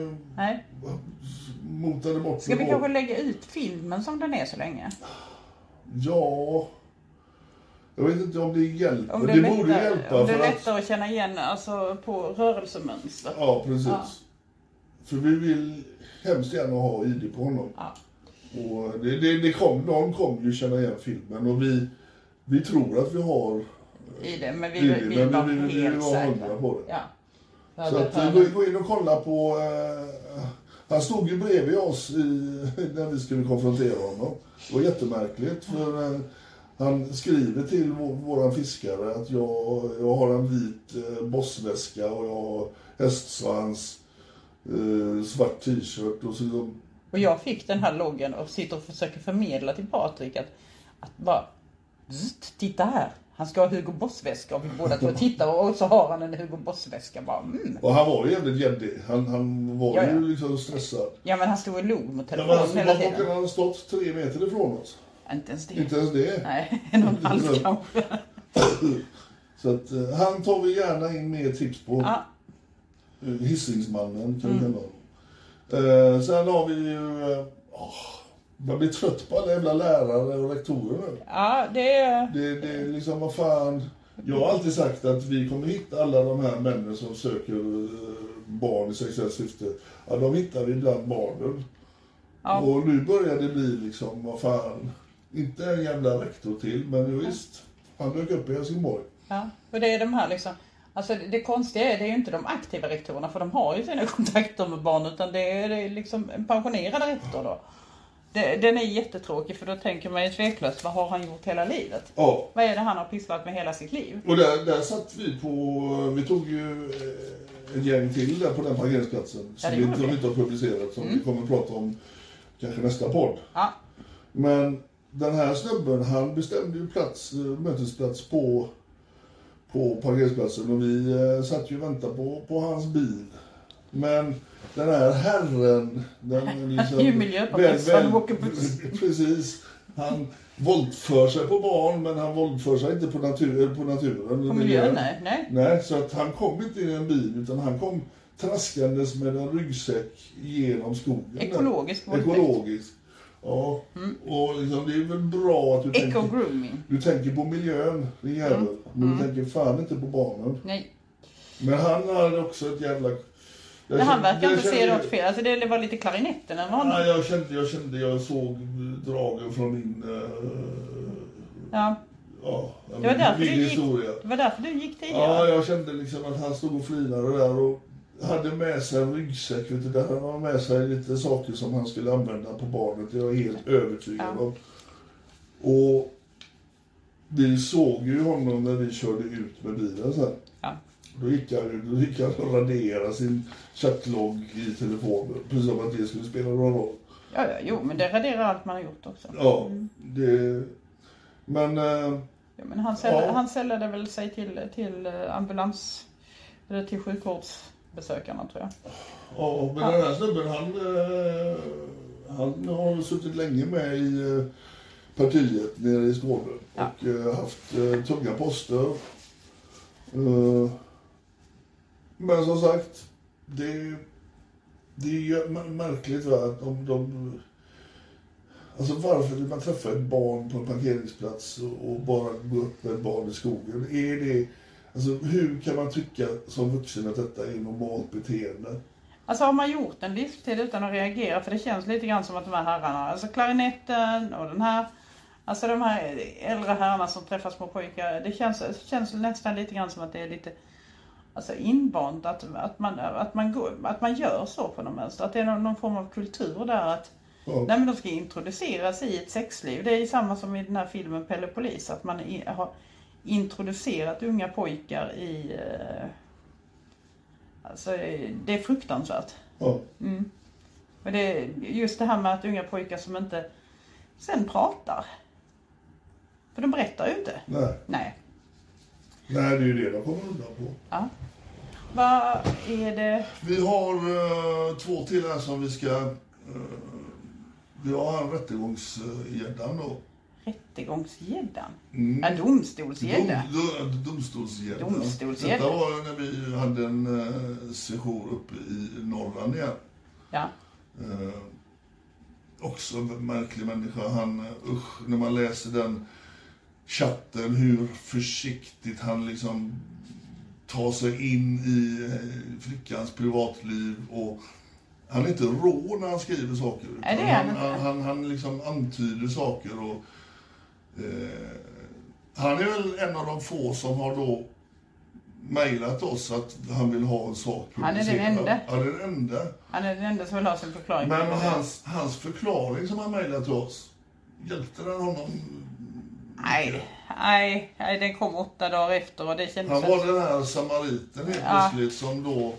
motade bort. Ska vi kanske lägga ut filmen som den är så länge? Ja, Jag vet inte om det hjälper. Om det borde hjälpa. Om det är lättare att känna igen alltså, på rörelsemönster. Ja, precis. Ja. För vi vill hemskt gärna ha ID på honom. Ja. Och någon kommer ju känna igen filmen. Och vi tror att vi har ID, men vi vill vara helt säkra på det. Ja. Så att gå in och kolla på... han stod ju bredvid oss när vi skulle konfrontera honom. Det var jättemärkligt för han skriver till våran fiskare att jag har en vit bossväska och jag har hästsvans, svart t-shirt och så. Och jag fick den här loggen och sitter och försöker förmedla till Patrik att bara titta här. Han ska ha Hugo Boss-väska och vi båda två tittar och så har han en Hugo Boss-väska. Och han var ju jävligt gäddig. Han var ju liksom stressad. Ja, men han stod och log mot telefonen hela tiden. Han hade stått 3 meter ifrån oss. Inte ens det. Inte ens det. Nej, 1,5 kanske. Så att han tar vi gärna in mer tips på. Ja. Hissingsmannen kan vi kalla honom. Sen har vi ju... Man blir trött på alla jävla lärare och rektorer nu. Ja, det är liksom, vad fan... Jag har alltid sagt att vi kommer hitta alla de här männen som söker barn i sexuellt syfte. Ja, de hittar vi bland barnen. Ja. Och nu börjar det bli liksom, vad fan... Inte en jävla rektor till, men visst. Han dök upp i Helsingborg. Ja, och det är de här liksom... Alltså det konstiga är, det är ju inte de aktiva rektorerna, för de har ju sina kontakter med barn, utan det är liksom en pensionerad rektor då. Den är jättetråkig, för då tänker man ju tveklöst, vad har han gjort hela livet? Ja. Vad är det han har pysslat med hela sitt liv? Och där satt vi tog ju ett gäng till där på den parkeringsplatsen som vi inte har publicerat, som vi kommer att prata om kanske nästa podd. Ja. Men den här snubben, han bestämde ju mötesplats på parkeringsplatsen och vi satt ju och väntade på hans bil. Men den här herren, den liksom... ju miljöpartist, han åker buss. Precis. Han våldför sig på barn, men han våldför sig inte på naturen. På miljön, nej. Så att han kom inte i en bil, utan han kom traskandes med en ryggsäck genom skogen. Ekologisk. Ja, och liksom, det är väl bra att du tänker på miljön, din jävel. Men du tänker fan inte på barnen. Nej. Men han hade också ett jävla... Han verkar inte se något fel. Alltså det var lite klarinetten eller vad? Nej, jag såg dragen från min... Ja, det var därför du gick tidigare. Ja, jag kände liksom att han stod och flinade där och hade med sig en ryggsäck. Vet du, där han hade med sig lite saker som han skulle använda på barnet. Jag är helt övertygad om. Och vi såg ju honom när vi körde ut med bilen sen. Ja. Då gick han och raderade sin chattlogg i telefonen. Precis som att det skulle spela någon roll. Jo, men det raderar allt man har gjort också. Ja, det... Men... men han sällade väl sig till ambulans... Eller till sjukvårdsbesökarna, tror jag. Ja, men den här snubben, han har suttit länge med i partiet nere i Skåne. Ja. Och haft tunga poster. Men som sagt, det är ju märkligt att alltså varför vill man träffa ett barn på en parkeringsplats och bara gå upp med ett barn i skogen? Är det, alltså hur kan man tycka som vuxen att detta är normalt beteende? Alltså har man gjort en livstid utan att reagera, för det känns lite grann som att de här herrarna, alltså klarinetten och den här, alltså de här äldre herrarna som träffar små pojkar, det känns nästan lite grann som att det är lite alltså invant att man gör så på något mönster, att det är någon form av kultur där att nej, men de ska introduceras i ett sexliv. Det är samma som i den här filmen Pelle Polis, att man har introducerat unga pojkar i alltså det är fruktansvärt. Ja. Och det är just det här med att unga pojkar som inte sen pratar. För de berättar ju inte. Nej. Nej, det är ju det de kommer undan på. Ja. Vad är det? Vi har 2 till här som vi ska... vi har en rättegångsgäddan då. Rättegångsgäddan? Ja, domstolsgädda. Domstolsgädda. Detta var när vi hade en session uppe i Norrland igen. Ja. Också en märklig människa. När man läser den chatten, hur försiktigt han liksom tar sig in i flickans privatliv, och han är inte rå när han skriver saker, utan han liksom antyder saker, och han är väl en av de få som har då mejlat oss att han vill ha en sak publicerad. Han är den enda. Ja, den enda. Han är den enda som vill ha sin förklaring. Men hans förklaring som han mejlat till oss, hjälpte den honom? Nej, den kom 8 dagar efter, och det kändes... Han var den här samariten helt plötsligt som då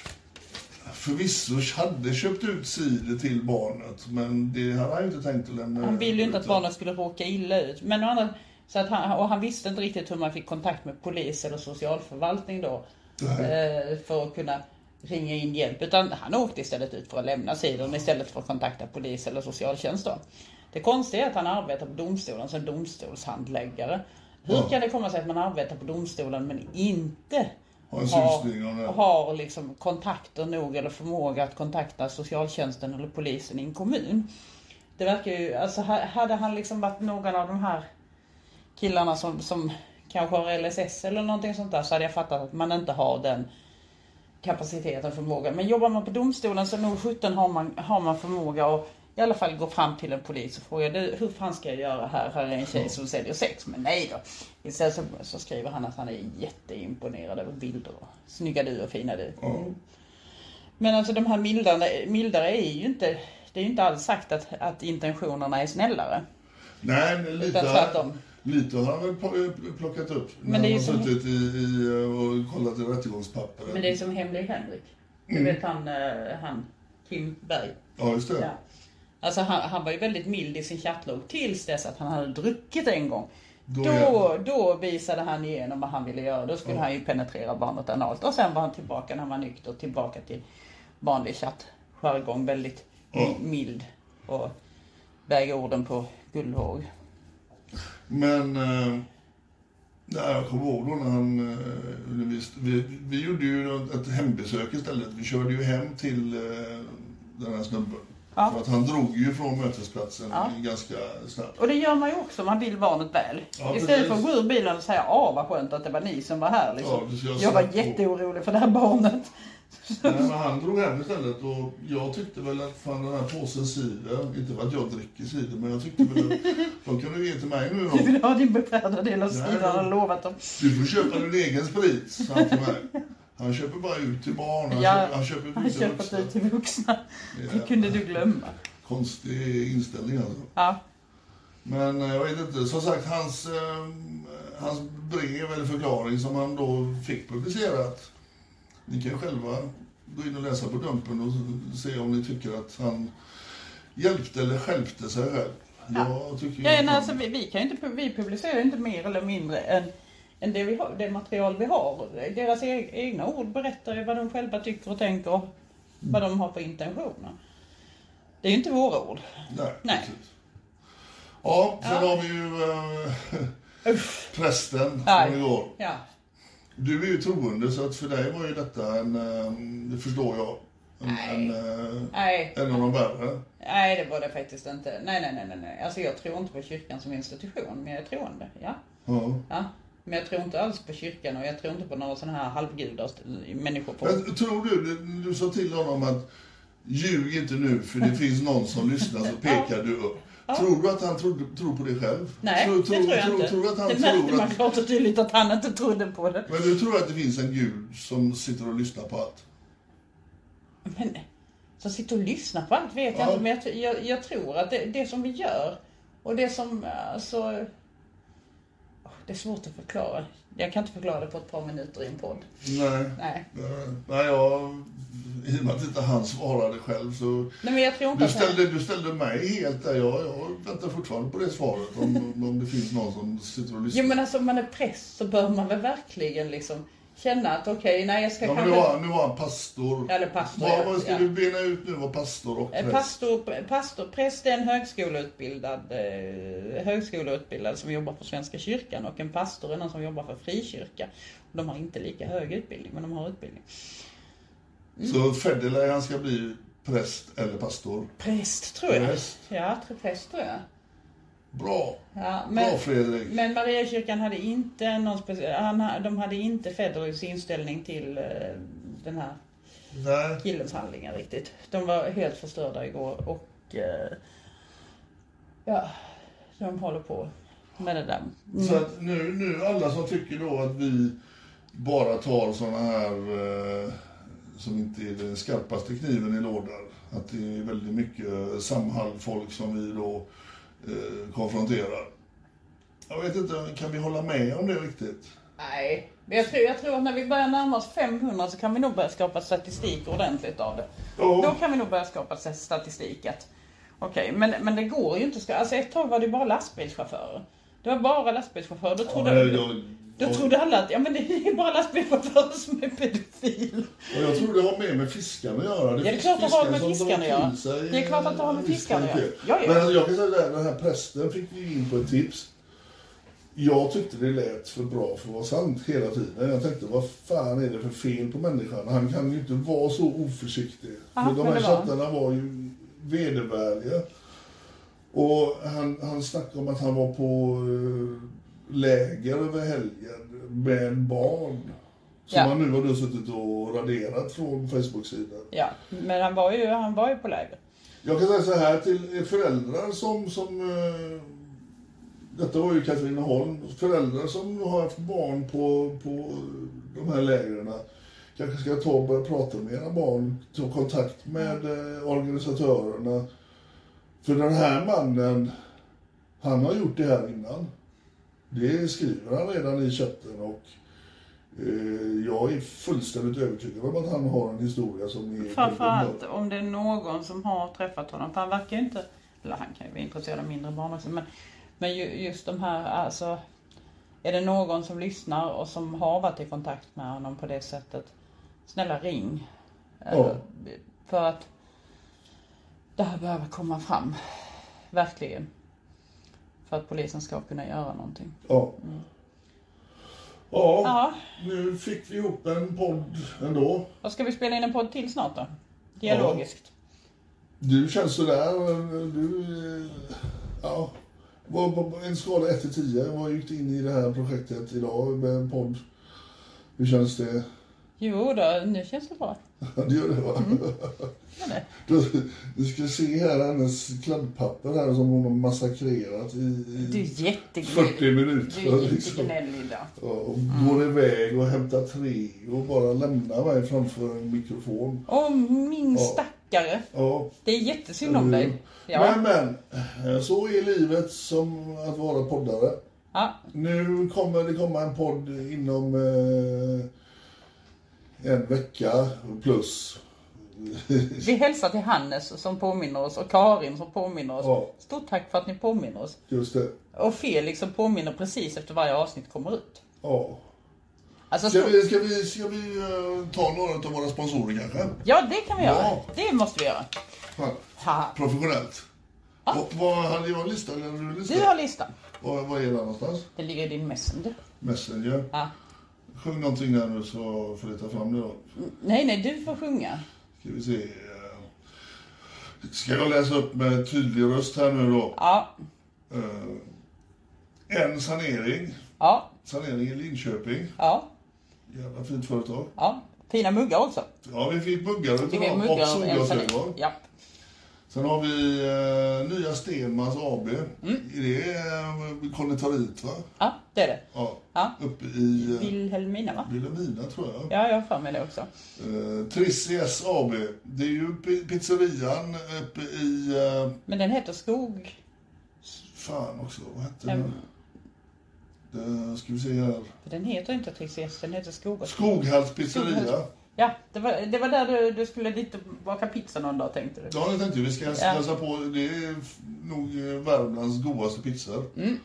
förvisso hade köpt ut cider till barnet, men det hade han ju inte tänkt att lämna. Han ville ju inte att barnet skulle råka illa ut. Men så att han visste inte riktigt hur man fick kontakt med polis eller socialförvaltning då. För att kunna ringa in hjälp. Utan han åkte istället ut för att lämna sidan istället för att kontakta polis eller socialtjänst då. Det konstiga är att han arbetar på domstolen som domstolshandläggare. Hur kan det komma sig att man arbetar på domstolen men inte har liksom kontakter nog eller förmåga att kontakta socialtjänsten eller polisen i en kommun? Det verkar ju, alltså hade han liksom varit någon av de här killarna som kanske har LSS eller någonting sånt där, så hade jag fattat att man inte har den kapaciteten, förmåga. Men jobbar man på domstolen så nog 17 har man förmåga att i alla fall gå fram till en polis och fråga, hur fan ska jag göra här? Här är en tjej som säljer sex. Men nej då. Istället så skriver han att han är jätteimponerad över bilder. Och snygga du och fina du. Men alltså de här mildare är ju inte, det är ju inte alls sagt att intentionerna är snällare. Nej, lite har han väl plockat upp. Men det är han har suttit och kollat i rättegångspapper. Men det är som Hemlig Henrik. Du vet han Kim Berg. Ja, just det. Ja. Alltså han var ju väldigt mild i sin chattlog tills dess att han hade druckit en gång. Då visade han igenom vad han ville göra. Då skulle han ju penetrera barnet analt. Och sen var han tillbaka när han var nykter, tillbaka till vanlig chattjargong, väldigt mild och väga orden på guldvåg. Men jag kommer ihåg då när han vi gjorde ju ett hembesök istället. Vi körde ju hem till den här snubben. Ja. För att han drog ju från mötesplatsen ganska snabbt. Och det gör man ju också om man vill barnet väl. Ja, istället för att gå ur bilen och säga, vad skönt att det var ni som var här. Liksom. Ja, jag var jätteorolig för det här barnet. Nej, men han drog hem istället, och jag tyckte väl att fan den här påsen cider, inte för att jag dricker cider, men jag tyckte väl att de kan du ge till mig nu då. Du vill ha din beskärda del av cider, han har lovat dem. Du får köpa din egen sprit, sa han till mig. Han köper bara ut till barn, han köper ut till vuxna. Det kunde du glömma. Konstig inställning alltså. Ja. Men jag vet inte, som sagt hans brev eller förklaring som han då fick publicerat. Ni kan själva gå in och läsa på Dumpen och se om ni tycker att han hjälpte eller stjälpte sig själv. Jag tycker alltså, vi publicerar inte mer eller mindre än det vi har, det material vi har. Deras egna ord berättar vad de själva tycker och tänker och vad de har för intentioner. Det är ju inte våra ord. Nej. Precis. Ja, sen har vi ju prästen från igår. Ja. Du är ju troende, så att för dig var ju detta det förstår jag, en av de värre. Nej, det var det faktiskt inte. Nej. Alltså jag tror inte på kyrkan som institution, men jag är troende, ja. Men jag tror inte alls på kyrkan, och jag tror inte på några sådana här halvgudar människor. Men tror du sa till honom att ljug inte nu, för det finns någon som lyssnar, så pekar du upp. Ja. Tror du att han tror på det själv? Nej, det tror jag inte. Det märkte man klart och tydligt att han inte trodde på det. Men du tror att det finns en gud som sitter och lyssnar på allt? Men som sitter och lyssnar på allt vet jag inte. Men jag tror att det som vi gör och det som alltså, det är svårt att förklara. Jag kan inte förklara det på ett par minuter i en podd. Nej, i och med att inte han svarade själv så... Nej, men jag tror inte du ställde mig helt där. Jag väntar fortfarande på det svaret. Om det finns någon som sitter och lyssnar. Jo, men alltså om man är präst så bör man väl verkligen liksom känna att jag ska kanske... Nu var han pastor. Eller pastor, vad ska du bena ut nu? Var pastor och präst? Präst är en högskoleutbildad som jobbar för Svenska kyrkan, och en pastor är någon som jobbar för frikyrka. De har inte lika hög utbildning, men de har utbildning. Så Federley, han ska bli präst eller pastor? Präst tror jag. Ja, präst tror jag. Bra. Ja, Bra Fredrik. Men Mariakyrkan hade inte någon de hade inte Federers inställning till den här killens handlingar riktigt. De var helt förstörda igår och de håller på med det där. Så att nu alla som tycker då att vi bara tar såna här som inte är den skarpaste kniven i lådan. Att det är väldigt mycket Samhall-folk som vi då konfronterar. Jag vet inte, kan vi hålla med om det riktigt? Nej, men jag tror att när vi börjar närma oss 500 så kan vi nog börja skapa statistik ordentligt av det. Ja. Då kan vi nog börja skapa statistik att okej, men det går ju inte. Alltså ett tag var det bara lastbilschaufförer. Det var bara lastbilschaufförer. Då trodde alla att men det är bara lastbilschaufförer som är pedofil. Och jag tror det har med fiskarna att göra. Det är klart att det har med fiskarna att göra. Det är klart att det har med fiskarna att göra. Ja. Men jag kan säga att den här prästen fick vi in på ett tips. Jag tyckte det lät för bra för att vara sant hela tiden. Jag tänkte, vad fan är det för fel på människan? Han kan ju inte vara så oförsiktig. Aha, de här chattarna var ju vedervärdiga. Och han snackade om att han var på läger över helgen med barn. Som han nu har då suttit och raderat från Facebook-sidan. Ja, men han var ju på läger. Jag kan säga så här till föräldrar som detta var ju Katrineholm. Föräldrar som har haft barn på de här lägren kanske ska ta och börja prata med era barn. Ta kontakt med organisatörerna. För den här mannen, han har gjort det här innan. Det skriver han redan i chatten och jag är fullständigt övertygad om att han har en historia som är... Framförallt om det är någon som har träffat honom. För han verkar ju inte... Eller han kan ju vara intresserad av mindre barn också. Men just de här, alltså... Är det någon som lyssnar och som har varit i kontakt med honom på det sättet? Snälla ring. Ja. För att det här behöver komma fram. Verkligen. För att polisen ska kunna göra någonting. Ja. Ja, nu fick vi ihop en podd ändå. Och ska vi spela in en podd till snart då? Dialogiskt. Ja. Du känns sådär. En skala 1-10. Vad gick du in i det här projektet idag med en podd? Hur känns det? Jo då, nu känns det bra. Det gör det, va? Du ska se här hennes kladdpapper här som hon har massakrerat i 40 minuter. Du är jättegnällig idag. Ja, och går iväg och hämtar tre och bara lämnar mig framför en mikrofon. Min stackare. Ja. Det är jättesynd om dig. Ja. Men, så är livet som att vara poddare. Ja. Nu kommer det komma en podd inom en vecka plus. Vi hälsar till Hannes som påminner oss och Karin som påminner oss. Ja. Stort tack för att ni påminner oss. Just det. Och Felix som påminner precis efter varje avsnitt kommer ut. Ja. Alltså, ska vi ta några av våra sponsorer kanske? Ja, det kan vi göra. Det måste vi göra. Ja. Professionellt. Ja. Vad hade jag listan? Eller du listan? Du har listan. Vad är det någonstans? Det ligger i din Messenger. Messenger? Ja. Sjung någonting där nu så får du ta fram det då. Nej, du får sjunga. Ska vi se. Ska jag läsa upp med tydlig röst här nu då? Ja. En sanering. Ja. Sanering i Linköping. Ja. Jävla fint företag. Ja. Fina muggar också. Ja, vi fick muggar och solglasögon. Ja. Sen har vi nya Stenmans AB. Är det konditorit, va? Ja, det är det. Ja. Uppe i... Vilhelmina, va? Vilhelmina, tror jag. Ja, jag har för mig det också. Trissies AB. Det är ju pizzerian uppe i... Men den heter Skog... Fan också, vad hette den? Det ska vi se här. Den heter inte Trissies, den heter Skoghalls pizzeria. Ja, det var där du skulle dit och baka pizza någon dag, tänkte du. Ja, det tänkte vi ska hälsa på. Det är nog Värmlands godaste pizzor.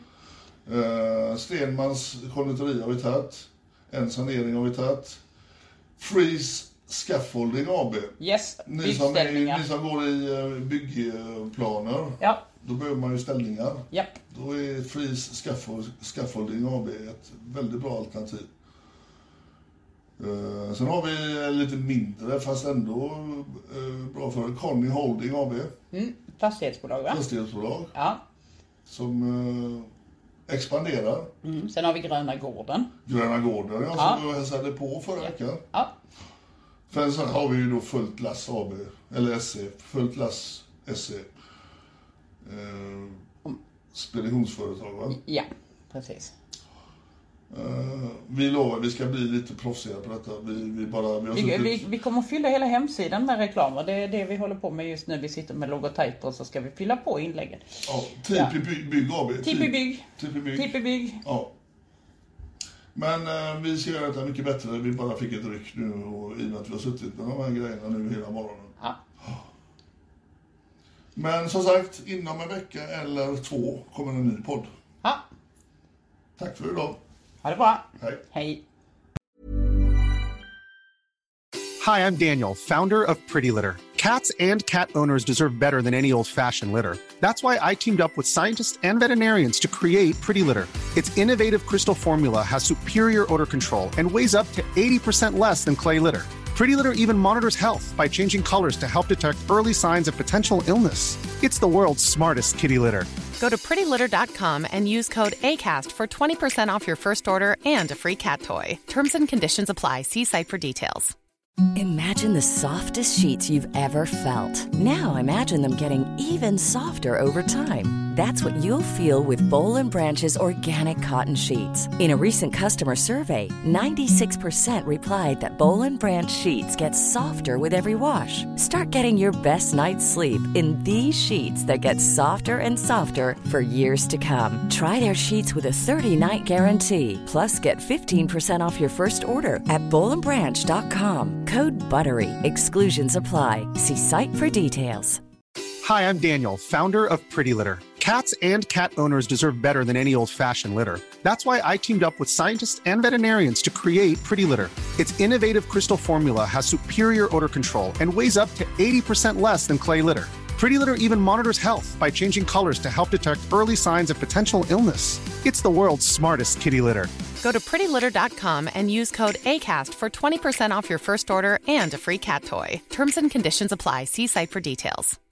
Stenmans konditori har vi tagit. En sanering har vi tagit. Freeze Scaffolding AB. Yes, ni som går i byggplaner. Ja. Då behöver man ju ställningar. Japp. Då är Freeze Scaffolding AB ett väldigt bra alternativ. Sen har vi lite mindre fast ändå bra för Conny Holding AB. Fastighetsbolag, va? Fastighetsbolag. Ja. som expanderar. Sen har vi Gröna Gården. Gröna Gården, som jag hälsade på förra veckan. Ja. Sen har vi ju då Fullt Lass AB, eller SC, Fullt Lass SC. Speditionsföretag, va? Ja, precis. Vi lovar, vi ska bli lite proffsiga på detta. Vi kommer att fylla hela hemsidan med reklamer. Det är det vi håller på med just nu. Vi sitter med logotyper och så ska vi fylla på inläggen. Ja, TP Bygg AB. TP Bygg. Ja. Men vi ser att det är mycket bättre. Vi bara fick ett ryck nu och i och med att vi har suttit med de här grejerna nu hela morgonen. Ja. Men som sagt, inom en vecka eller 2 kommer en ny podd. Ja. Tack för idag. Ha det bra. Hej. Hej. Hi, I'm Daniel, founder of Pretty Litter. Cats and cat owners deserve better than any old-fashioned litter. That's why I teamed up with scientists and veterinarians to create Pretty Litter. Its innovative crystal formula has superior odor control and weighs up to 80% less than clay litter. Pretty Litter even monitors health by changing colors to help detect early signs of potential illness. It's the world's smartest kitty litter. Go to prettylitter.com and use code ACAST for 20% off your first order and a free cat toy. Terms and conditions apply. See site for details. Imagine the softest sheets you've ever felt. Now imagine them getting even softer over time. That's what you'll feel with Boll & Branch's organic cotton sheets. In a recent customer survey, 96% replied that Boll & Branch sheets get softer with every wash. Start getting your best night's sleep in these sheets that get softer and softer for years to come. Try their sheets with a 30-night guarantee. Plus, get 15% off your first order at bollandbranch.com. Code BUTTERY. Exclusions apply. See site for details. Hi, I'm Daniel, founder of Pretty Litter. Cats and cat owners deserve better than any old-fashioned litter. That's why I teamed up with scientists and veterinarians to create Pretty Litter. Its innovative crystal formula has superior odor control and weighs up to 80% less than clay litter. Pretty Litter even monitors health by changing colors to help detect early signs of potential illness. It's the world's smartest kitty litter. Go to prettylitter.com and use code ACAST for 20% off your first order and a free cat toy. Terms and conditions apply. See site for details.